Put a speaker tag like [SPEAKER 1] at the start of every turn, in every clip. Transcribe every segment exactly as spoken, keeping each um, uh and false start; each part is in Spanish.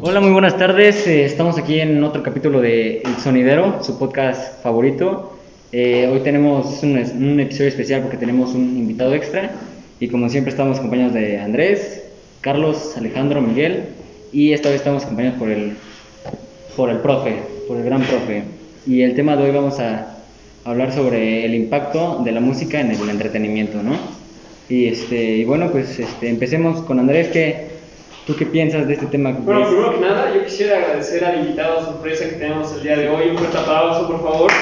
[SPEAKER 1] Hola, muy buenas tardes. Eh, estamos aquí en otro capítulo de El Sonidero, su podcast favorito. Eh, hoy tenemos un, un episodio especial porque tenemos un invitado extra. Y como siempre estamos acompañados de Andrés, Carlos, Alejandro, Miguel. Y esta vez estamos acompañados por el, por el profe, por el gran profe. Y el tema de hoy vamos a hablar sobre el impacto de la música en el entretenimiento, ¿no? Y, este, y bueno, pues este, empecemos con Andrés. ¿Qué, ¿Tú qué piensas de este tema?
[SPEAKER 2] Bueno, primero que nada, yo quisiera agradecer al invitado sorpresa que tenemos el día de hoy. Un fuerte aplauso, por favor.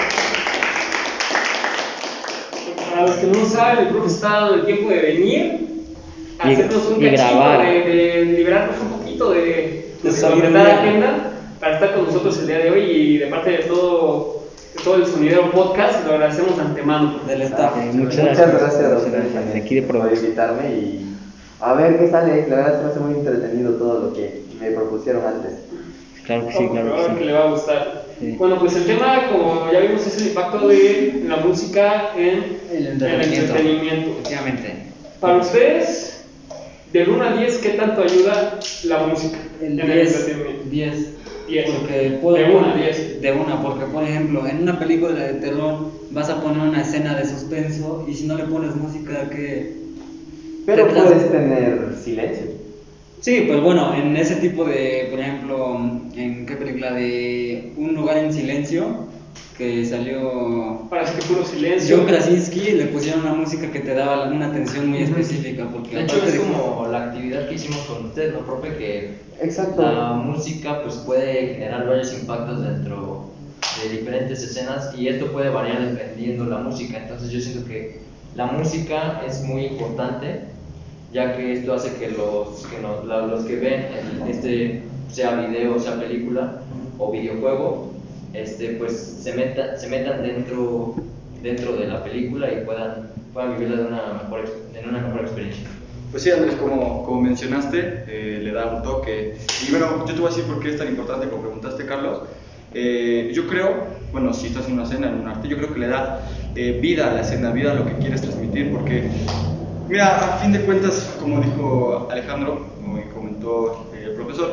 [SPEAKER 2] Para los que no saben, el profe está dando el tiempo de venir a
[SPEAKER 1] Y-
[SPEAKER 2] hacernos un
[SPEAKER 1] y
[SPEAKER 2] cachito,
[SPEAKER 1] grabar.
[SPEAKER 2] de, de liberarnos un poquito de, de su
[SPEAKER 3] sabiduría.
[SPEAKER 2] apretada agenda para estar con nosotros el día de hoy. Y de parte de todo, de todo el Sonidero Podcast, lo agradecemos de antemano.
[SPEAKER 3] Del staff.
[SPEAKER 1] Eh, muchas
[SPEAKER 4] Muchas
[SPEAKER 1] gracias.
[SPEAKER 4] gracias a
[SPEAKER 1] Muchas
[SPEAKER 4] ustedes
[SPEAKER 1] gracias.
[SPEAKER 4] también
[SPEAKER 1] Aquí de
[SPEAKER 4] por
[SPEAKER 1] producción.
[SPEAKER 4] invitarme y a ver qué sale. La verdad se me hace muy entretenido todo lo que me propusieron antes.
[SPEAKER 1] Claro que sí,
[SPEAKER 2] Oh,
[SPEAKER 1] claro
[SPEAKER 2] creo
[SPEAKER 1] que
[SPEAKER 2] que
[SPEAKER 1] sí.
[SPEAKER 2] le va a gustar.
[SPEAKER 1] Sí.
[SPEAKER 2] Bueno, pues el tema, como ya vimos, es el impacto de la música en
[SPEAKER 3] El
[SPEAKER 2] el
[SPEAKER 3] entretenimiento.
[SPEAKER 2] entretenimiento.
[SPEAKER 3] Efectivamente.
[SPEAKER 2] Para ustedes, del uno al diez, ¿qué tanto ayuda la música
[SPEAKER 3] El
[SPEAKER 2] en el
[SPEAKER 3] diez.
[SPEAKER 2] entretenimiento?
[SPEAKER 3] diez.
[SPEAKER 2] diez.
[SPEAKER 3] Porque puedo
[SPEAKER 2] De una a diez.
[SPEAKER 3] De una, porque por ejemplo, en una película de terror vas a poner una escena de suspenso y si no le pones música que...
[SPEAKER 4] Pero
[SPEAKER 3] Te-
[SPEAKER 4] puedes tener silencio.
[SPEAKER 3] Sí, pues bueno, en ese tipo de, por ejemplo, ¿en qué película? De Un lugar en silencio, que salió
[SPEAKER 2] Parece que puro silencio.
[SPEAKER 3] John Krasinski, le pusieron una música que te daba una atención muy específica, porque
[SPEAKER 5] De hecho,
[SPEAKER 3] aparte
[SPEAKER 5] es
[SPEAKER 3] de-
[SPEAKER 5] como la actividad que hicimos con usted, ¿no, profe? Que
[SPEAKER 4] Exacto.
[SPEAKER 5] la música pues, puede generar varios impactos dentro de diferentes escenas y esto puede variar dependiendo la música. Entonces, yo siento que la música es muy importante, ya que esto hace que los que, no- la- los que ven el- este, sea video, sea película o videojuego, este, pues se, meta, se metan dentro, dentro de la película y puedan, puedan vivirla de una mejor, ex- en una mejor experiencia.
[SPEAKER 6] Pues sí, Andrés, como, como mencionaste, eh, le da un toque. Y bueno, yo te voy a decir por qué es tan importante, como preguntaste, Carlos. Eh, yo creo, bueno, si estás en una escena, en un arte, yo creo que le da eh, vida a la escena, vida a lo que quieres transmitir, porque, mira, a fin de cuentas, como dijo Alejandro, como comentó eh, el profesor,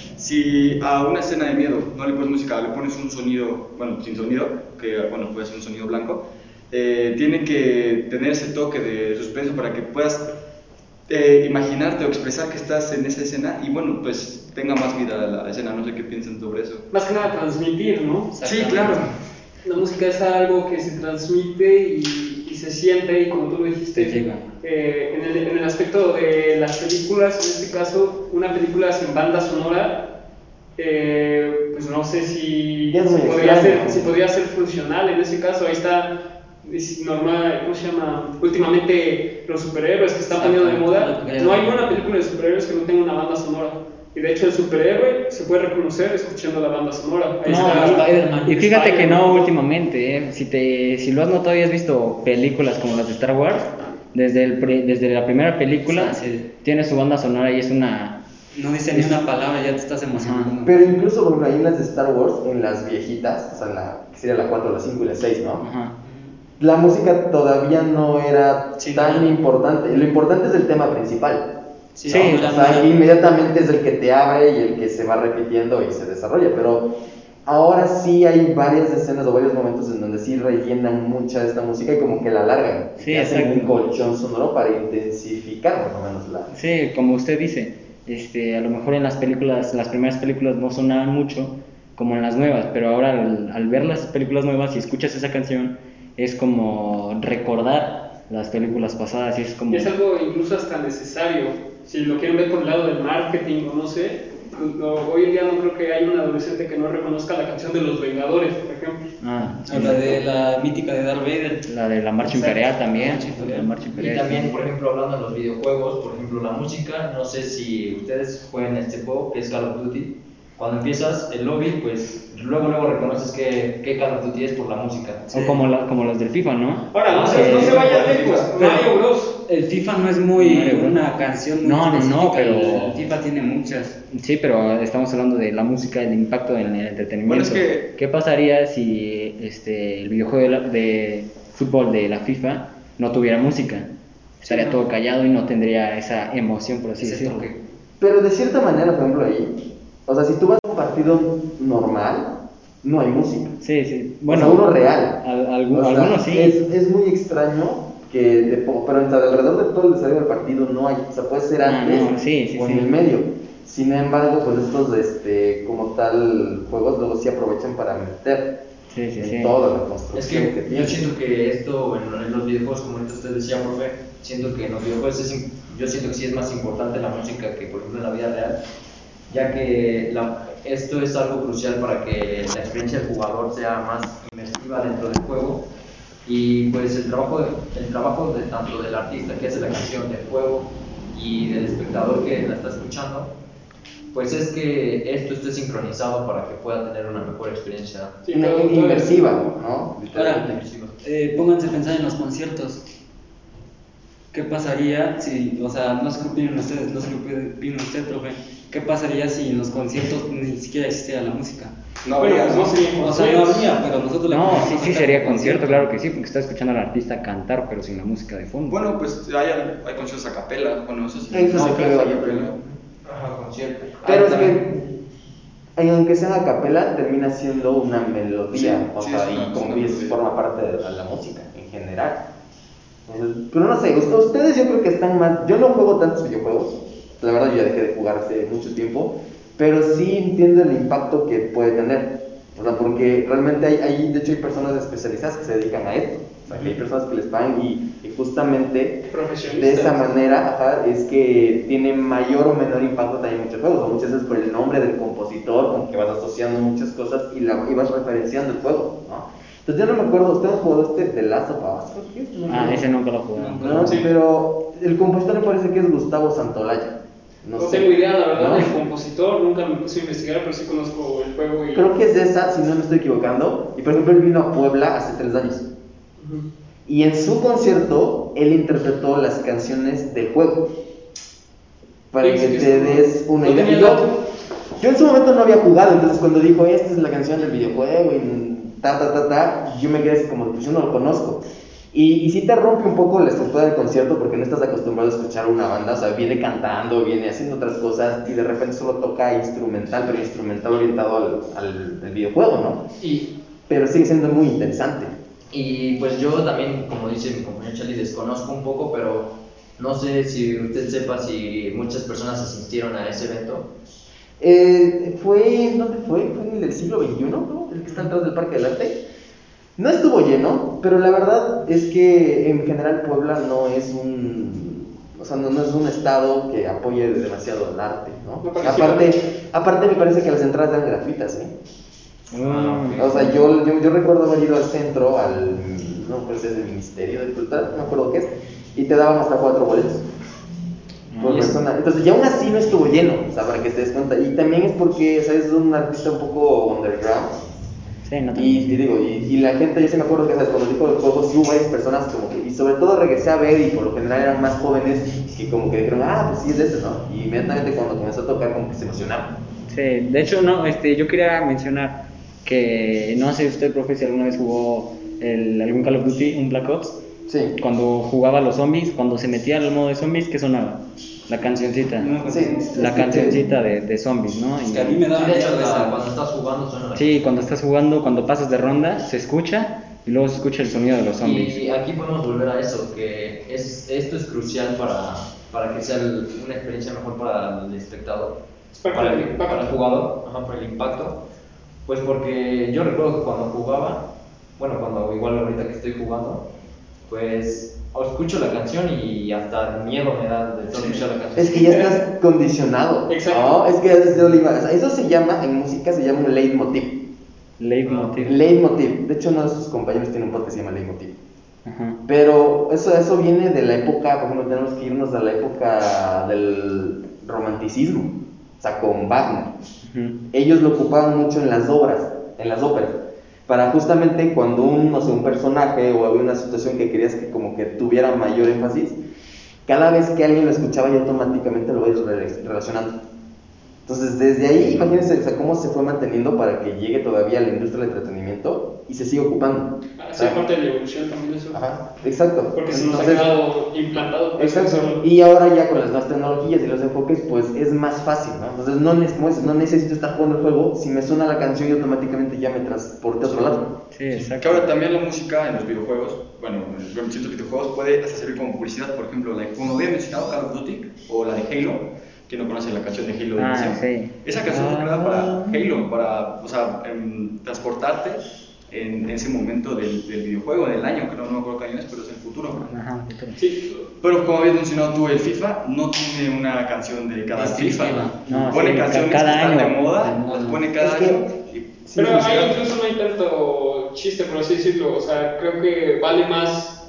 [SPEAKER 6] si a una escena de miedo no le pones música, le pones un sonido, bueno, sin sonido, que bueno, puede ser un sonido blanco, eh, tiene que tener ese toque de suspenso para que puedas eh, imaginarte o expresar que estás en esa escena y bueno, pues tenga más vida la escena. No sé qué piensan sobre eso.
[SPEAKER 2] Más que nada transmitir, ¿no?
[SPEAKER 6] Sí, claro.
[SPEAKER 2] La música es algo que se transmite y, y se siente, y como tú lo dijiste,
[SPEAKER 3] Te llega.
[SPEAKER 2] eh, en, el, en el aspecto de las películas, en este caso, una película sin banda sonora, eh, pues no sé si,
[SPEAKER 4] Ya es
[SPEAKER 2] si,
[SPEAKER 4] muy
[SPEAKER 2] podría ser,
[SPEAKER 4] extraño.
[SPEAKER 2] si podría ser funcional en ese caso. Ahí está, es normal, ¿cómo se llama? Últimamente los superhéroes que están poniendo de moda. No hay una película de superhéroes que no tenga una banda sonora. Y de hecho el superhéroe se puede reconocer escuchando la banda sonora. Ahí
[SPEAKER 3] No,
[SPEAKER 2] está
[SPEAKER 3] Spider-Man.
[SPEAKER 1] Y fíjate que no
[SPEAKER 2] Spider-Man.
[SPEAKER 1] últimamente, ¿eh? si, te, si lo has notado y has visto películas como las de Star Wars, desde, el, pri- desde la primera película
[SPEAKER 3] Sí, sí.
[SPEAKER 1] tiene su banda sonora y es una...
[SPEAKER 3] No dice ni una palabra, ya te estás emocionando.
[SPEAKER 4] Pero incluso, por ejemplo, ahí en las de Star Wars, en las viejitas, o sea, en la, que sería la cuatro, la cinco y la seis, ¿no?
[SPEAKER 1] Ajá.
[SPEAKER 4] La música todavía no era
[SPEAKER 3] Sí,
[SPEAKER 4] tan
[SPEAKER 3] no.
[SPEAKER 4] importante. Lo importante es el tema principal.
[SPEAKER 3] Sí,
[SPEAKER 1] Sí,
[SPEAKER 3] no,
[SPEAKER 4] O
[SPEAKER 3] la-
[SPEAKER 4] sea, inmediatamente es el que te abre y el que se va repitiendo y se desarrolla. Pero ahora sí hay varias escenas o varios momentos en donde sí rellenan mucha de esta música y como que la alargan.
[SPEAKER 1] Sí,
[SPEAKER 4] Y hacen
[SPEAKER 1] exacto.
[SPEAKER 4] un colchón sonoro para intensificar por lo menos la...
[SPEAKER 1] Sí, como usted dice, este, a lo mejor en las películas, las primeras películas no sonaban mucho como en las nuevas, pero ahora al, al ver las películas nuevas y escuchas esa canción, es como recordar las películas pasadas y es como...
[SPEAKER 2] Y es algo incluso hasta necesario. Si lo quieren ver por el lado del marketing o no sé, pues, lo- hoy en día no creo que haya un adolescente que no reconozca la canción de Los Vengadores, por ejemplo.
[SPEAKER 1] Ah, sí,
[SPEAKER 3] O la de la mítica de Darth Vader.
[SPEAKER 1] la de la marcha imperial también.
[SPEAKER 3] Marcha imperial.
[SPEAKER 1] La marcha
[SPEAKER 5] Y
[SPEAKER 1] imperial.
[SPEAKER 5] también, por ejemplo, hablando de los videojuegos, por ejemplo, la música, no sé si ustedes juegan este juego que es Call of Duty. Cuando empiezas el lobby, pues luego luego reconoces que, que Call of Duty es por la música.
[SPEAKER 1] O como, la, como los del FIFA, ¿no?
[SPEAKER 2] Ahora, no, se,
[SPEAKER 1] Que-
[SPEAKER 2] no se vayan lejos,
[SPEAKER 3] Pero-
[SPEAKER 2] Mario Bros.
[SPEAKER 3] El FIFA no es muy
[SPEAKER 1] Mario Bros.
[SPEAKER 3] una canción muy
[SPEAKER 1] No, no, no,
[SPEAKER 3] específica,
[SPEAKER 1] pero-
[SPEAKER 3] el FIFA tiene muchas.
[SPEAKER 1] Sí, pero estamos hablando de la música, el impacto en el entretenimiento.
[SPEAKER 6] Bueno, es que-
[SPEAKER 1] ¿Qué pasaría si este, el videojuego de, la- de fútbol de la FIFA no tuviera música? Estaría
[SPEAKER 3] no.
[SPEAKER 1] todo callado y no tendría esa emoción, por así
[SPEAKER 3] Ese
[SPEAKER 1] decirlo.
[SPEAKER 3] toque.
[SPEAKER 4] Pero de cierta manera, por ejemplo, ahí, O sea, si tú vas a un partido normal, no hay música.
[SPEAKER 1] Sí, sí.
[SPEAKER 4] Bueno,
[SPEAKER 1] Bueno,
[SPEAKER 4] uno real.
[SPEAKER 1] al- algu-
[SPEAKER 4] O sea,
[SPEAKER 1] algunos sí.
[SPEAKER 4] Es, es muy extraño que, de, po- pero alrededor de todo el desarrollo del partido no hay. O sea, puede ser
[SPEAKER 1] Ah,
[SPEAKER 4] antes
[SPEAKER 1] no, sí, sí,
[SPEAKER 4] o en
[SPEAKER 1] sí.
[SPEAKER 4] el medio. Sin embargo, pues estos, este, como tal, juegos luego sí aprovechan para meter
[SPEAKER 1] Sí, sí,
[SPEAKER 4] en
[SPEAKER 1] sí.
[SPEAKER 4] toda la
[SPEAKER 5] Es
[SPEAKER 4] construcción que,
[SPEAKER 5] que
[SPEAKER 4] tiene.
[SPEAKER 5] yo siento que esto en, en los videojuegos, como ahorita usted decía, profe, siento que en los videojuegos es, im- yo siento que sí es más importante la música que por ejemplo en la vida real, ya que la- esto es algo crucial para que la experiencia del jugador sea más inmersiva dentro del juego. Y pues el trabajo, de- el trabajo de tanto del artista que hace la canción, del juego y del espectador que la está escuchando, pues es que esto esté sincronizado para que pueda tener una mejor experiencia.
[SPEAKER 2] Sí,
[SPEAKER 4] Una
[SPEAKER 2] todo- todo-
[SPEAKER 4] inmersiva, ¿no?
[SPEAKER 3] Ahora,
[SPEAKER 5] inmersiva.
[SPEAKER 3] eh, pónganse a pensar en los conciertos. ¿Qué pasaría si, o sea, no sé qué opinan ustedes, no sé qué opina usted, profe, qué pasaría si en los conciertos ni siquiera existiera la música?
[SPEAKER 6] No
[SPEAKER 2] Bueno,
[SPEAKER 6] habría,
[SPEAKER 2] pues
[SPEAKER 6] ¿no?
[SPEAKER 2] no sería
[SPEAKER 3] O sea, no habría, pero nosotros le
[SPEAKER 1] No,
[SPEAKER 3] podemos
[SPEAKER 1] sí, sí
[SPEAKER 3] sacar
[SPEAKER 1] sería
[SPEAKER 3] un
[SPEAKER 1] concierto, claro que sí, porque está escuchando al artista cantar, pero sin la música de fondo.
[SPEAKER 6] Bueno, pues hay, hay conciertos a capela, bueno, eso sí.
[SPEAKER 4] Eso sí
[SPEAKER 6] no,
[SPEAKER 4] creo
[SPEAKER 6] a
[SPEAKER 4] yo.
[SPEAKER 6] capela.
[SPEAKER 5] Ajá, concierto.
[SPEAKER 4] Pero
[SPEAKER 5] Ah,
[SPEAKER 4] es
[SPEAKER 5] también.
[SPEAKER 4] que, aunque sea a capela, termina siendo una melodía,
[SPEAKER 6] Sí,
[SPEAKER 4] o
[SPEAKER 6] sí,
[SPEAKER 4] sea,
[SPEAKER 6] es una-
[SPEAKER 4] y como
[SPEAKER 6] es una
[SPEAKER 4] que es-
[SPEAKER 6] melodía.
[SPEAKER 4] forma parte de la música en general. Entonces, pero no sé, ust- ustedes yo creo que están más. Yo no juego tantos videojuegos, la verdad yo ya dejé de jugar hace mucho tiempo, pero sí entiendo el impacto que puede tener. O sea, porque realmente hay, hay de hecho hay personas especializadas que se dedican a esto. O sea, que hay personas que les pagan y, y justamente
[SPEAKER 2] Profesionistas.
[SPEAKER 4] de esa manera, ajá, es que tiene mayor o menor impacto también en muchos juegos, o muchas veces por el nombre del compositor, con que vas asociando muchas cosas y, la, y vas referenciando el juego, ¿no? Entonces yo no me acuerdo, ¿usted ha jugado este de Last of Us? Creo que es, no me
[SPEAKER 1] Ah,
[SPEAKER 4] acuerdo.
[SPEAKER 1] ese nunca lo he jugado.
[SPEAKER 4] No,
[SPEAKER 2] Sí.
[SPEAKER 4] pero el compositor me parece que es Gustavo Santolaya. No,
[SPEAKER 2] No
[SPEAKER 4] sé.
[SPEAKER 2] tengo idea, la verdad,
[SPEAKER 4] ¿No?
[SPEAKER 2] del compositor, nunca me puse a investigar, pero sí conozco el juego y...
[SPEAKER 4] Creo que es de esa, si no me estoy equivocando. Y por ejemplo, él vino a Puebla hace tres años.
[SPEAKER 2] Ujú.
[SPEAKER 4] Y en su concierto, él interpretó las canciones del juego. Para
[SPEAKER 2] Sí,
[SPEAKER 4] que
[SPEAKER 2] sí,
[SPEAKER 4] te
[SPEAKER 2] sí.
[SPEAKER 4] des una
[SPEAKER 2] No
[SPEAKER 4] idea.
[SPEAKER 2] tenía
[SPEAKER 4] Y yo,
[SPEAKER 2] dato.
[SPEAKER 4] yo en su momento no había jugado, entonces cuando dijo, esta es la canción del videojuego y ta, ta, ta, ta, yo me quedé así como, pues yo no lo conozco. Y, y sí te rompe un poco la estructura del concierto porque no estás acostumbrado a escuchar una banda, o sea, viene cantando, viene haciendo otras cosas y de repente solo toca instrumental, pero instrumental orientado al, al, al videojuego, ¿no?
[SPEAKER 5] Y,
[SPEAKER 4] Pero sigue siendo muy interesante.
[SPEAKER 5] y pues yo también, como dice mi compañero Charlie, desconozco un poco, pero no sé si usted sepa si muchas personas asistieron a ese evento.
[SPEAKER 4] Eh, fue, ¿dónde fue? Fue en el siglo veintiuno, ¿no? El que está atrás del Parque del Arte. No estuvo lleno, pero la verdad es que en general Puebla no es un, o sea, no, no es un estado que apoye demasiado el arte, ¿no?
[SPEAKER 2] Me pareció-
[SPEAKER 4] Aparte, aparte me parece que las entradas eran gratuitas, ¿eh?
[SPEAKER 1] Mm.
[SPEAKER 4] O sea, yo, yo, yo recuerdo haber ido al centro, al, no pues es el Ministerio de Cultura, no me acuerdo qué es, y te daban hasta cuatro boletos por
[SPEAKER 1] Y es-
[SPEAKER 4] persona. Entonces, ya aún así no estuvo lleno, o sea, para que te des cuenta. Y también es porque, ¿sabes? Es un artista un poco underground.
[SPEAKER 1] Sí, no
[SPEAKER 4] Y, y digo, y, y la gente, yo sí me acuerdo que, ¿sabes? Cuando dijo el juego, sí hubo varias personas como que, y sobre todo regresé a ver, y por lo general eran más jóvenes, y como que dijeron, ah, pues sí es de ese, ¿no? Y inmediatamente cuando comenzó a tocar, como que se emocionaron.
[SPEAKER 1] Sí, de hecho, no, este, yo quería mencionar que no sé usted, profe, si alguna vez jugó el, algún Call of Duty, un Black Ops,
[SPEAKER 4] Sí.
[SPEAKER 1] cuando jugaba a los zombies, cuando se metía al modo de zombies, ¿qué sonaba? La cancioncita,
[SPEAKER 3] No,
[SPEAKER 4] Sí.
[SPEAKER 1] la cancioncita de, de zombies, ¿no?
[SPEAKER 3] Es
[SPEAKER 1] Y-
[SPEAKER 3] que a mí me da
[SPEAKER 5] Sí, de hecho,
[SPEAKER 3] mucha
[SPEAKER 5] hasta
[SPEAKER 3] risa.
[SPEAKER 5] cuando estás jugando suena la
[SPEAKER 1] sí, cuando estás jugando, cuando pasas de ronda, se escucha y luego se escucha el sonido de los zombies.
[SPEAKER 5] Y aquí podemos volver a eso, que es, esto es crucial para, para que sea el- una experiencia mejor para el espectador,
[SPEAKER 2] Es parte
[SPEAKER 5] para,
[SPEAKER 2] del
[SPEAKER 5] el,
[SPEAKER 2] impacto.
[SPEAKER 5] para el jugador, ajá, para el impacto. Pues porque yo recuerdo que cuando jugaba, bueno, cuando igual ahorita que estoy jugando, pues escucho la canción y hasta miedo me da de solo escuchar la canción.
[SPEAKER 4] Es que ya estás condicionado.
[SPEAKER 2] Exacto.
[SPEAKER 4] ¿No? Es que desde Oliva, o sea, eso se llama, en música se llama un leitmotiv.
[SPEAKER 1] Leitmotiv.
[SPEAKER 4] Leitmotiv. De hecho, uno de sus compañeros tiene un podcast que se llama Leitmotiv.
[SPEAKER 1] Ajá.
[SPEAKER 4] Pero eso, eso viene de la época, por ejemplo, tenemos que irnos a la época del romanticismo, o sea, con Wagner.
[SPEAKER 1] Ujú.
[SPEAKER 4] Ellos lo ocupaban mucho en las obras, en las óperas, para justamente cuando un, no sé, un personaje o había una situación que querías que como que tuviera mayor énfasis, cada vez que alguien lo escuchaba ya automáticamente lo vais re- relacionando. Entonces, desde ahí, imagínense, o sea, cómo se fue manteniendo para que llegue todavía a la industria del entretenimiento y se sigue ocupando.
[SPEAKER 2] Ah, sí, aparte de la evolución también eso.
[SPEAKER 4] Ajá, exacto.
[SPEAKER 2] Porque se nos
[SPEAKER 4] Entonces,
[SPEAKER 2] ha quedado implantado. Pues,
[SPEAKER 4] exacto.
[SPEAKER 2] eso.
[SPEAKER 4] Y ahora ya con las nuevas tecnologías y los enfoques, pues es más fácil, ¿no? Entonces no, ne- como dices, no necesito estar jugando el juego, si me suena la canción y automáticamente ya me transporte a otro lado.
[SPEAKER 1] Sí,
[SPEAKER 6] Que
[SPEAKER 1] exacto.
[SPEAKER 6] ahora también la música en los videojuegos, bueno, en ciertos videojuegos puede hasta servir como publicidad, por ejemplo, la, como había mencionado Call of Duty o la de Halo. ¿Quién no conoce la canción de Halo de
[SPEAKER 1] Ah,
[SPEAKER 6] inicio?
[SPEAKER 1] sí.
[SPEAKER 6] Esa canción fue creada para Halo, para, o sea, em, transportarte en ese momento del, del videojuego, del año, que no, no me acuerdo qué año es, pero es el futuro.
[SPEAKER 1] Ajá, futuro.
[SPEAKER 2] Sí,
[SPEAKER 6] Pero como habías mencionado tú, el FIFA no tiene una canción de cada
[SPEAKER 3] Distintiva.
[SPEAKER 6] FIFA.
[SPEAKER 1] No,
[SPEAKER 6] Pone
[SPEAKER 1] sí,
[SPEAKER 6] canciones
[SPEAKER 1] cada
[SPEAKER 6] que están de
[SPEAKER 1] año.
[SPEAKER 6] moda,
[SPEAKER 3] De moda.
[SPEAKER 6] las pone cada
[SPEAKER 4] Es que-
[SPEAKER 6] año. Y,
[SPEAKER 4] Sí,
[SPEAKER 2] pero
[SPEAKER 4] funciona.
[SPEAKER 2] ahí incluso no hay tanto chiste, por así decirlo. O sea, creo que vale más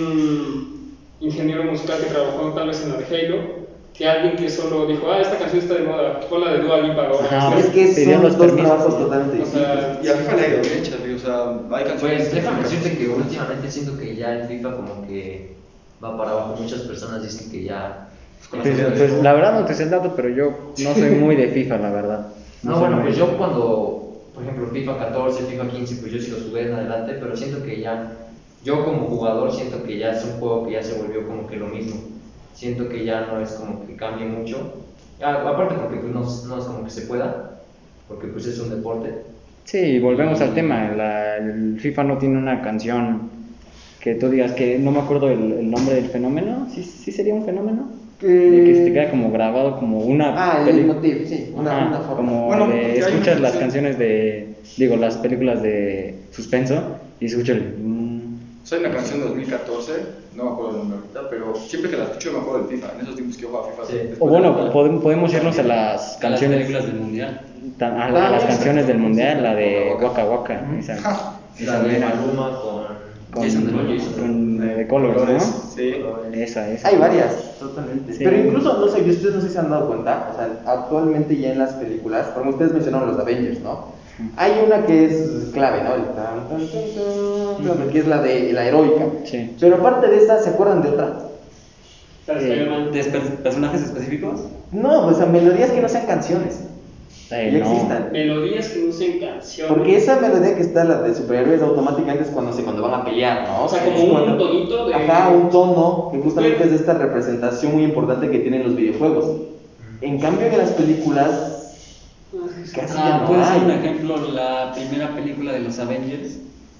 [SPEAKER 2] un ingeniero musical que trabajó tal vez en la de Halo que alguien que solo dijo, ah, esta canción está de moda, pon la de Dua Lipa ahora.
[SPEAKER 1] Ajá,
[SPEAKER 2] O sea,
[SPEAKER 4] Es que
[SPEAKER 1] pidió
[SPEAKER 4] son
[SPEAKER 1] los
[SPEAKER 4] dos
[SPEAKER 1] permisos,
[SPEAKER 4] trabajos
[SPEAKER 1] sí.
[SPEAKER 4] totalmente
[SPEAKER 2] O sea,
[SPEAKER 4] distintos.
[SPEAKER 6] y a FIFA le ha ido bien, Charlie, o sea, hay canciones.
[SPEAKER 5] Pues déjame
[SPEAKER 6] que-
[SPEAKER 5] decirte que últimamente siento que ya el FIFA como que va para abajo. Muchas personas dicen que ya...
[SPEAKER 6] con
[SPEAKER 1] Pues,
[SPEAKER 6] las
[SPEAKER 1] pues, la verdad no te sé el dato, pero yo no soy muy de FIFA, la verdad.
[SPEAKER 5] No,
[SPEAKER 1] soy
[SPEAKER 5] bueno,
[SPEAKER 1] muy
[SPEAKER 5] pues
[SPEAKER 1] de-
[SPEAKER 5] yo cuando, por ejemplo, FIFA catorce, FIFA quince, pues yo sí los jugué en adelante, pero siento que ya, yo como jugador siento que ya es un juego que ya se volvió como que lo mismo. Siento que ya no es como que cambie mucho. Ah, aparte porque pues no, no es como que se pueda, porque pues es un deporte.
[SPEAKER 1] Sí, volvemos al tema. La- el FIFA no tiene una canción que tú digas que no me acuerdo el, el nombre del fenómeno. ¿Sí, sí sería un fenómeno?
[SPEAKER 4] Que-
[SPEAKER 1] De que se te queda como grabado como una
[SPEAKER 4] Ah, el
[SPEAKER 1] peli-
[SPEAKER 4] leitmotiv, sí, una,
[SPEAKER 1] Ajá,
[SPEAKER 4] una forma.
[SPEAKER 1] como
[SPEAKER 6] Bueno,
[SPEAKER 1] de-
[SPEAKER 6] porque hay una
[SPEAKER 1] escuchas las
[SPEAKER 6] canción-
[SPEAKER 1] canciones de, digo, las películas de suspenso y escuchas el... mm,
[SPEAKER 6] Soy una canción de dos mil catorce, no me acuerdo el nombre ahorita, pero siempre que la escucho me acuerdo del FIFA, en esos tiempos que yo jugaba FIFA.
[SPEAKER 5] Sí.
[SPEAKER 6] después
[SPEAKER 1] O
[SPEAKER 6] de
[SPEAKER 1] bueno,
[SPEAKER 6] la-
[SPEAKER 1] podemos, podemos irnos a las
[SPEAKER 3] A las
[SPEAKER 1] canciones,
[SPEAKER 3] películas del mundial.
[SPEAKER 1] ta- a, la- a las canciones del mundial, la de Waka Waka, esa, esa
[SPEAKER 5] La de
[SPEAKER 1] mera,
[SPEAKER 5] Maluma con...
[SPEAKER 1] con,
[SPEAKER 3] Jason Derulo.
[SPEAKER 1] con, de Colors, ¿no?
[SPEAKER 6] Sí.
[SPEAKER 1] Esa, esa.
[SPEAKER 4] Hay varias, totalmente.
[SPEAKER 1] Sí.
[SPEAKER 4] Pero incluso, no sé, ustedes no sé si se han dado cuenta, o sea, actualmente ya en las películas, como ustedes mencionaron los Avengers, ¿no? Hay una que es clave, ¿no? El tan, tan, tan, tan, tan, que es la de la heroica.
[SPEAKER 1] Sí.
[SPEAKER 4] Pero aparte de esta, ¿se acuerdan de otra?
[SPEAKER 2] la de
[SPEAKER 1] Eh,
[SPEAKER 2] Spider-Man.
[SPEAKER 3] ¿De espe- personajes específicos?
[SPEAKER 4] No, o sea, melodías que no sean canciones.
[SPEAKER 1] Eh,
[SPEAKER 4] ya
[SPEAKER 1] no.
[SPEAKER 4] existan.
[SPEAKER 2] Melodías que no sean canciones.
[SPEAKER 4] Porque esa melodía que está, la de superhéroes, automáticamente es cuando, se, cuando van a pelear, ¿no?
[SPEAKER 2] O sea, como
[SPEAKER 4] Es
[SPEAKER 2] un
[SPEAKER 4] cuando-
[SPEAKER 2] tonito de-
[SPEAKER 4] Ajá, un tono que justamente es de esta representación muy importante que tienen los videojuegos. En cambio, en las películas casi ya
[SPEAKER 3] Ah,
[SPEAKER 4] no
[SPEAKER 3] puede ser un
[SPEAKER 4] hay.
[SPEAKER 3] ejemplo la primera película de los Avengers.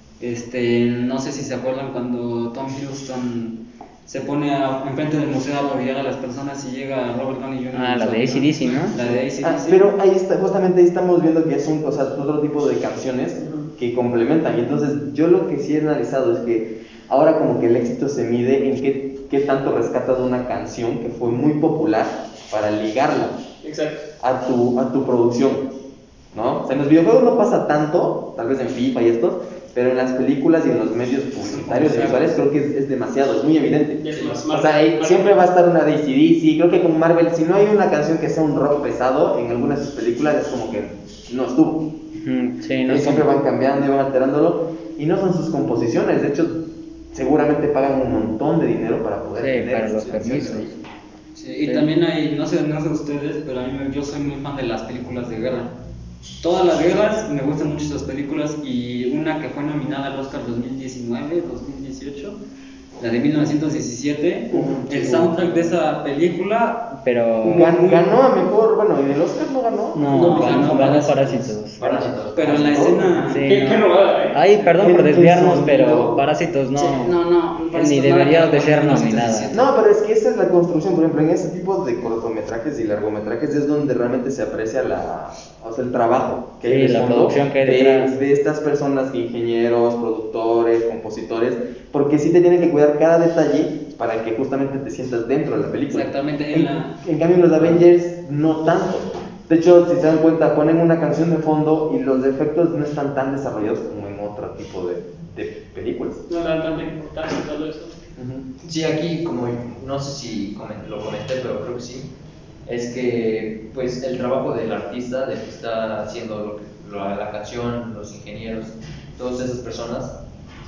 [SPEAKER 3] Este, no sé si se acuerdan cuando Tom Hiddleston se pone a, enfrente del museo a arrodillar a las personas y llega Robert Downey junior
[SPEAKER 1] Ah, la de A C D C, ¿no?
[SPEAKER 3] La de A C D C.
[SPEAKER 4] Ah, pero ahí está, justamente ahí estamos viendo que es un, o sea, otro tipo de canciones que complementan. Y entonces, yo lo que sí he analizado es que ahora como que el éxito se mide en qué, qué tanto rescatas de una canción que fue muy popular para ligarla
[SPEAKER 2] Exacto.
[SPEAKER 4] a tu, a tu producción, ¿no? O sea, en los videojuegos no pasa tanto, tal vez en FIFA y estos, pero en las películas y en los medios publicitarios y visuales creo que es, es demasiado, es muy evidente.
[SPEAKER 2] Y es más
[SPEAKER 4] O sea, ahí siempre va a estar una de A C D C, creo que con Marvel, si no hay una canción que sea un rock pesado, en algunas de sus películas es como que no estuvo.
[SPEAKER 1] Ujú, sí, no
[SPEAKER 4] Ellos siempre
[SPEAKER 1] son-
[SPEAKER 4] van cambiando y van alterándolo, y no son sus composiciones, de hecho, seguramente pagan un montón de dinero para poder
[SPEAKER 1] Sí,
[SPEAKER 4] tener
[SPEAKER 1] para
[SPEAKER 4] esas
[SPEAKER 1] los
[SPEAKER 4] canciones.
[SPEAKER 1] permisos.
[SPEAKER 3] Sí, y también hay, no sé, no sé ustedes, pero a mí me- yo soy muy fan de las películas de guerra. Todas las guerras, me gustan mucho esas películas y una que fue nominada al Oscar dos mil diecinueve, dos mil dieciocho, la de mil novecientos diecisiete, el soundtrack de esa película,
[SPEAKER 1] Pero...
[SPEAKER 4] Gan- Ganó a mejor, bueno, y el Oscar no ganó.
[SPEAKER 1] No,
[SPEAKER 3] No,
[SPEAKER 1] ganó,
[SPEAKER 3] ganó
[SPEAKER 1] ganó
[SPEAKER 3] Parásitos.
[SPEAKER 1] Parásitos.
[SPEAKER 5] Parásitos.
[SPEAKER 3] pero en la escena...
[SPEAKER 1] Sí,
[SPEAKER 2] Qué,
[SPEAKER 1] no.
[SPEAKER 2] qué robada, ¿eh?
[SPEAKER 1] Ay, perdón por
[SPEAKER 4] El- el
[SPEAKER 1] desviarnos,
[SPEAKER 4] sonido.
[SPEAKER 1] pero Parásitos no,
[SPEAKER 3] Sí, no, no,
[SPEAKER 1] ni
[SPEAKER 3] Parásitos
[SPEAKER 1] debería
[SPEAKER 3] nada que
[SPEAKER 1] de ser
[SPEAKER 3] ver con
[SPEAKER 1] nominada.
[SPEAKER 3] mil novecientos diecisiete.
[SPEAKER 4] No, pero es que esa es la construcción, por ejemplo, en ese tipo de cortometrajes y largometrajes es donde realmente se aprecia la, o sea, el trabajo que hay
[SPEAKER 1] Sí,
[SPEAKER 4] en el
[SPEAKER 1] la
[SPEAKER 4] fondo
[SPEAKER 1] producción que hay
[SPEAKER 4] de,
[SPEAKER 1] detrás.
[SPEAKER 4] de estas personas, ingenieros, productores, compositores, porque sí te tienen que cuidar cada detalle para que justamente te sientas dentro de la película.
[SPEAKER 3] Exactamente, en
[SPEAKER 4] En,
[SPEAKER 3] la...
[SPEAKER 4] en cambio, en los Avengers no tanto. De hecho, si se dan cuenta, ponen una canción de fondo y los efectos no están tan desarrollados como en otro tipo de, de películas.
[SPEAKER 2] No le dan tanta importancia a todo eso.
[SPEAKER 5] Sí, aquí como no sé si comen- lo comenté, pero creo que sí, es que pues el trabajo del artista, del que está haciendo lo que- lo- la canción, los ingenieros, todas esas personas,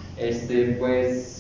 [SPEAKER 5] este pues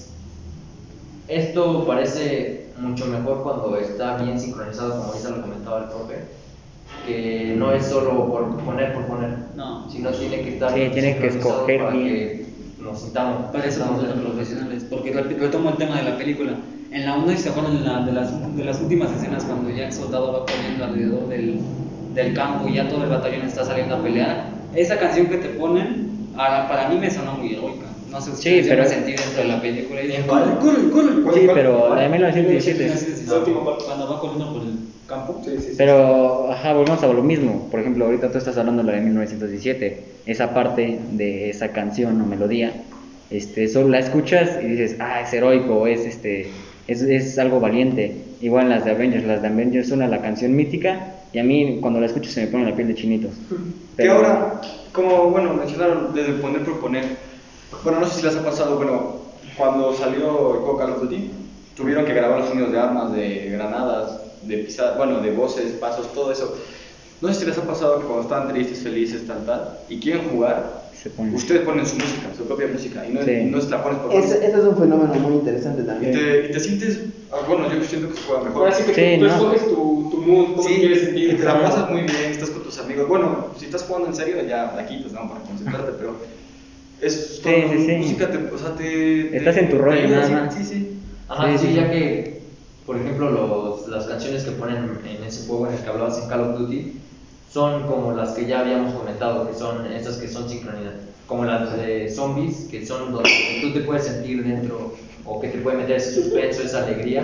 [SPEAKER 5] esto parece mucho mejor cuando está bien sincronizado, como ahorita lo comentaba el profe, que no es solo por poner por poner,
[SPEAKER 3] No.
[SPEAKER 5] sino tiene que estar
[SPEAKER 1] Sí,
[SPEAKER 5] bien
[SPEAKER 1] tiene que
[SPEAKER 5] sincronizado
[SPEAKER 1] escoger
[SPEAKER 5] para
[SPEAKER 1] bien.
[SPEAKER 5] que nos sintamos.
[SPEAKER 3] Para eso
[SPEAKER 5] estamos
[SPEAKER 3] somos
[SPEAKER 5] dentro.
[SPEAKER 3] profesionales, porque rep- retomo el tema de la película. En la uno, si se acuerdan de, la- de las, de las últimas escenas cuando ya el soldado va corriendo alrededor del, del campo y ya todo el batallón está saliendo a pelear, esa canción que te ponen, a- para mí me sonó muy heroica. No sé si
[SPEAKER 1] Sí,
[SPEAKER 3] yo
[SPEAKER 1] pero-
[SPEAKER 3] me sentí dentro de la película y dije,
[SPEAKER 5] ¿Cuál?
[SPEAKER 3] corre, corre, corre.
[SPEAKER 1] Sí, pero la de mil novecientos diecisiete.
[SPEAKER 2] La última parte.
[SPEAKER 3] Cuando va corriendo por el campo.
[SPEAKER 2] Sí, sí, sí.
[SPEAKER 1] Pero, ajá, volvemos a lo mismo. Por ejemplo, ahorita tú estás hablando de la de mil novecientos diecisiete. Esa parte de esa canción o melodía, este, solo la escuchas y dices, ah, es heroico, es, este, es, es algo valiente. Igual las de Avengers, las de Avengers son la canción mítica y a mí cuando la escucho se me pone la piel de chinitos.
[SPEAKER 6] Que ahora, como bueno, mencionaron desde poner proponer, bueno, no sé si les ha pasado, bueno, cuando salió el juego Call of Duty, tuvieron que grabar los sonidos de armas, de granadas, de pisadas, bueno, de voces, pasos, todo eso. No sé si les ha pasado que cuando están tristes, felices, tal, tal, y quieren jugar,
[SPEAKER 1] Se pone.
[SPEAKER 6] ustedes ponen su música, su propia música, y no,
[SPEAKER 1] Sí.
[SPEAKER 6] no es la pones por
[SPEAKER 4] Ese, ese es un fenómeno muy interesante
[SPEAKER 6] y
[SPEAKER 4] también.
[SPEAKER 6] te, y te sientes, ah, bueno, yo siento que se juega mejor.
[SPEAKER 2] Ahora sí que
[SPEAKER 1] Sí,
[SPEAKER 2] tú, tú
[SPEAKER 1] no.
[SPEAKER 2] escoges tu, tu mood, cómo
[SPEAKER 6] Sí,
[SPEAKER 2] te quieres sentir.
[SPEAKER 6] y te la pasas muy bien, estás con tus amigos. Bueno, si estás jugando en serio, ya la quitas, ¿no? Para concentrarte, pero es
[SPEAKER 1] Sí,
[SPEAKER 6] con
[SPEAKER 1] sí, sí.
[SPEAKER 6] música, te, o sea, te,
[SPEAKER 1] Estás
[SPEAKER 6] te-
[SPEAKER 1] en tu
[SPEAKER 6] te
[SPEAKER 1] rollo,
[SPEAKER 6] ayuda,
[SPEAKER 1] nada
[SPEAKER 6] sí,
[SPEAKER 1] más.
[SPEAKER 6] Sí, sí.
[SPEAKER 5] Ajá,
[SPEAKER 1] Sí,
[SPEAKER 5] sí,
[SPEAKER 1] sí.
[SPEAKER 5] ya que, por ejemplo, los, las canciones que ponen en ese juego en el que hablabas en Call of Duty son como las que ya habíamos comentado, que son esas que son sincronizadas, como las de zombies, que son donde tú te puedes sentir dentro o que te puede meter ese suspenso, esa alegría,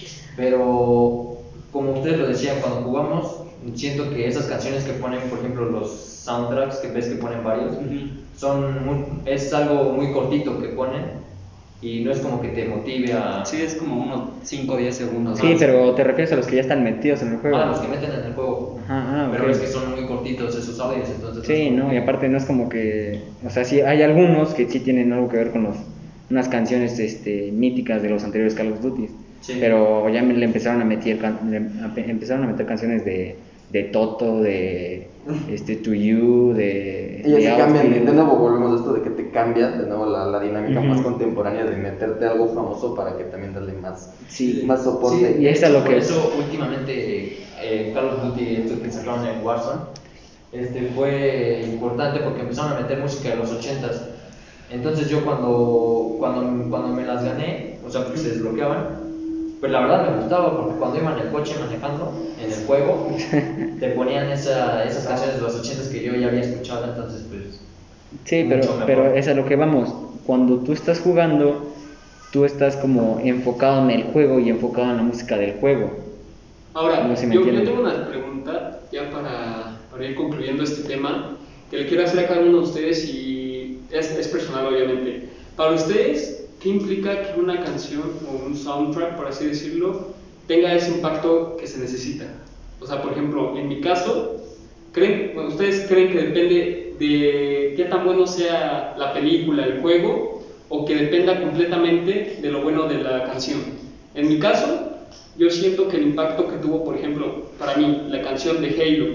[SPEAKER 5] pero como ustedes lo decían, cuando jugamos, siento que esas canciones que ponen, por ejemplo, los soundtracks, que ves que ponen varios, son muy- es algo muy cortito que ponen y no es como que te motive a...
[SPEAKER 3] Sí, es como unos cinco o diez segundos.
[SPEAKER 1] Sí, pero te refieres a los que ya están metidos en el juego.
[SPEAKER 5] Ah, los que meten en el juego.
[SPEAKER 1] Ajá, ah,
[SPEAKER 5] Pero
[SPEAKER 1] ok.
[SPEAKER 5] es que son muy cortitos esos audios, entonces...
[SPEAKER 1] Sí,
[SPEAKER 5] es como
[SPEAKER 1] no, y
[SPEAKER 5] que-
[SPEAKER 1] aparte no es como que, o sea, sí hay algunos que sí tienen algo que ver con los, unas canciones este, míticas de los anteriores Call of Duty,
[SPEAKER 5] Sí.
[SPEAKER 1] pero ya me, le empezaron a meter, can- le a- empezaron a meter canciones de, de Toto, de este, To You, de...
[SPEAKER 4] Y así
[SPEAKER 1] de
[SPEAKER 4] cambian,
[SPEAKER 1] Outfield.
[SPEAKER 4] de nuevo volvemos a esto de que te cambia de nuevo la, la dinámica
[SPEAKER 1] Ujú.
[SPEAKER 4] más contemporánea de meterte algo famoso para que también darle más,
[SPEAKER 1] Sí.
[SPEAKER 4] más soporte.
[SPEAKER 1] Sí, y es a lo
[SPEAKER 5] Por
[SPEAKER 1] que...
[SPEAKER 5] eso últimamente eh, Call of Duty, esto que sacaron en Warzone, este, fue importante porque empezaron a meter música de los ochentas. Entonces yo cuando, cuando, cuando me las gané, o sea, porque se desbloqueaban, pues la verdad me gustaba porque cuando iba en el coche manejando, en el juego, te ponían esa, esas canciones de los ochentas que yo ya había escuchado, entonces pues...
[SPEAKER 1] Sí,
[SPEAKER 5] mucho
[SPEAKER 1] pero,
[SPEAKER 5] mejor.
[SPEAKER 1] pero es a lo que vamos. Cuando tú estás jugando, tú estás como enfocado en el juego y enfocado en la música del juego.
[SPEAKER 2] Ahora,
[SPEAKER 1] No sé si me
[SPEAKER 2] yo, yo
[SPEAKER 1] entienden.
[SPEAKER 2] tengo una pregunta ya para, para ir concluyendo este tema, que le quiero hacer a cada uno de ustedes y es, es personal obviamente. Para ustedes, ¿qué implica que una canción o un soundtrack, por así decirlo, tenga ese impacto que se necesita? O sea, por ejemplo, en mi caso, ¿creen, bueno, ¿ustedes creen que depende de qué tan bueno sea la película, el juego, o que dependa completamente de lo bueno de la canción? En mi caso, yo siento que el impacto que tuvo, por ejemplo, para mí, la canción de Halo,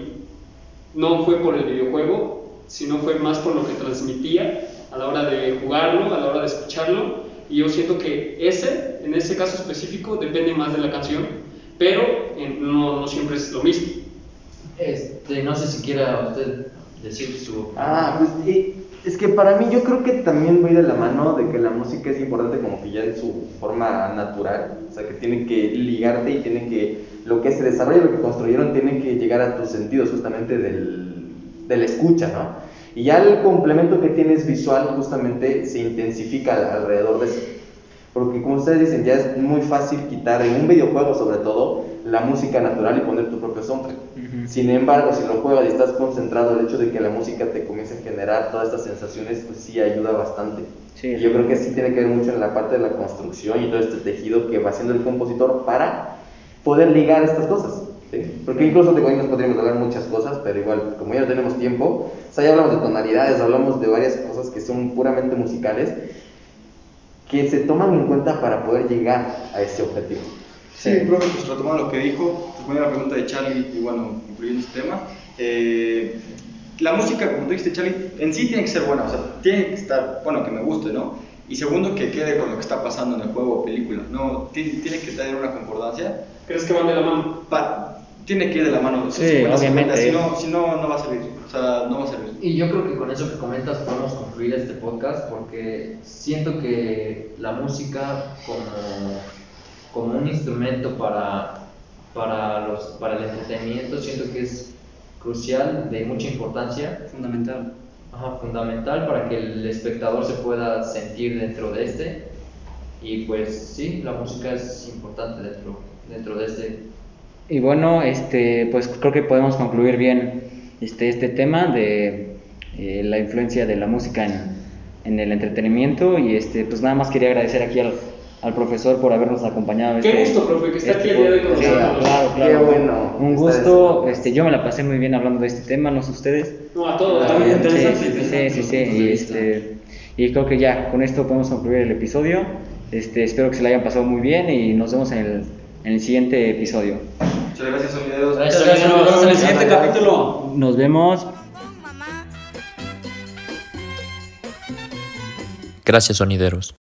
[SPEAKER 2] no fue por el videojuego, sino fue más por lo que transmitía a la hora de jugarlo, a la hora de escucharlo, y yo siento que ese, en ese caso específico, depende más de la canción, pero eh, no, no siempre es lo mismo.
[SPEAKER 5] Este, no sé si quiera usted decir su...
[SPEAKER 4] Ah, pues y- es que para mí yo creo que también voy de la mano de que la música es importante como que ya en su forma natural, o sea que tiene que ligarte y tiene que, lo que se desarrolla, lo que construyeron, tiene que llegar a tus sentidos justamente del, de la escucha, ¿no? Y ya el complemento que tienes visual justamente se intensifica al- alrededor de eso. Porque como ustedes dicen, ya es muy fácil quitar en un videojuego sobre todo la música natural y poner tu propio soundtrack.
[SPEAKER 1] Ujú.
[SPEAKER 4] Sin embargo, si lo juegas y estás concentrado, el hecho de que la música te comience a generar todas estas sensaciones, pues sí ayuda bastante.
[SPEAKER 1] Sí,
[SPEAKER 4] Y
[SPEAKER 1] sí.
[SPEAKER 4] yo creo que sí tiene que ver mucho en la parte de la construcción y todo este tejido que va haciendo el compositor para poder ligar estas cosas. ¿sí? Porque incluso de hoy nos podríamos hablar muchas cosas, pero igual, como ya no tenemos tiempo, o sea, ya hablamos de tonalidades, hablamos de varias cosas que son puramente musicales, que se toman en cuenta para poder llegar a ese objetivo.
[SPEAKER 6] Sí, profe, pues retomando lo que dijo, respondiendo a la pregunta de Charlie y bueno, incluyendo este tema, eh, la música, como tú dijiste, Charlie, en sí tiene que ser buena, o sea, tiene que estar, bueno, que me guste, ¿no? Y segundo, que quede con lo que está pasando en el juego o película, ¿no? Tiene, tiene que tener una concordancia.
[SPEAKER 2] ¿Crees que van de la mano?
[SPEAKER 6] Pa- tiene que ir de la mano.
[SPEAKER 1] Sí,
[SPEAKER 6] cincuenta,
[SPEAKER 1] obviamente.
[SPEAKER 6] Si no, si no, no va a servir. O sea, no va a servir.
[SPEAKER 5] Y yo creo que con eso que comentas podemos concluir este podcast porque siento que la música como, como un instrumento para, para, los, para el entretenimiento siento que es crucial, de mucha importancia.
[SPEAKER 3] Fundamental.
[SPEAKER 5] Ajá, fundamental para que el espectador se pueda sentir dentro de este. Y pues sí, la música es importante dentro, dentro de este.
[SPEAKER 1] Y bueno, este, pues creo que podemos concluir bien este, este tema de eh, la influencia de la música en, en el entretenimiento. Y este, pues nada más quería agradecer aquí al, al profesor por habernos acompañado.
[SPEAKER 2] Qué
[SPEAKER 1] este,
[SPEAKER 2] gusto, profe, que está
[SPEAKER 1] este
[SPEAKER 2] aquí el día de hoy con
[SPEAKER 1] podcast.
[SPEAKER 2] nosotros.
[SPEAKER 1] Sí, claro, claro.
[SPEAKER 4] Qué bueno.
[SPEAKER 1] Un
[SPEAKER 4] Está
[SPEAKER 1] gusto,
[SPEAKER 4] eso.
[SPEAKER 1] este, yo me la pasé muy bien hablando de este tema, no sé ustedes.
[SPEAKER 2] No, a todos.
[SPEAKER 3] Está muy
[SPEAKER 2] también.
[SPEAKER 3] interesante,
[SPEAKER 1] Sí, sí,
[SPEAKER 3] interesante
[SPEAKER 1] sí, sí,
[SPEAKER 3] los
[SPEAKER 1] sí,
[SPEAKER 3] puntos de
[SPEAKER 1] y,
[SPEAKER 3] vista.
[SPEAKER 1] este, y creo que ya, con esto podemos concluir el episodio. Este, espero que se la hayan pasado muy bien y nos vemos en el, en el siguiente episodio.
[SPEAKER 6] Muchas gracias, sonideros.
[SPEAKER 5] Gracias,
[SPEAKER 3] Muchas gracias, nos vemos en el siguiente
[SPEAKER 4] Gracias.
[SPEAKER 3] capítulo.
[SPEAKER 1] Nos vemos.
[SPEAKER 7] Gracias, sonideros.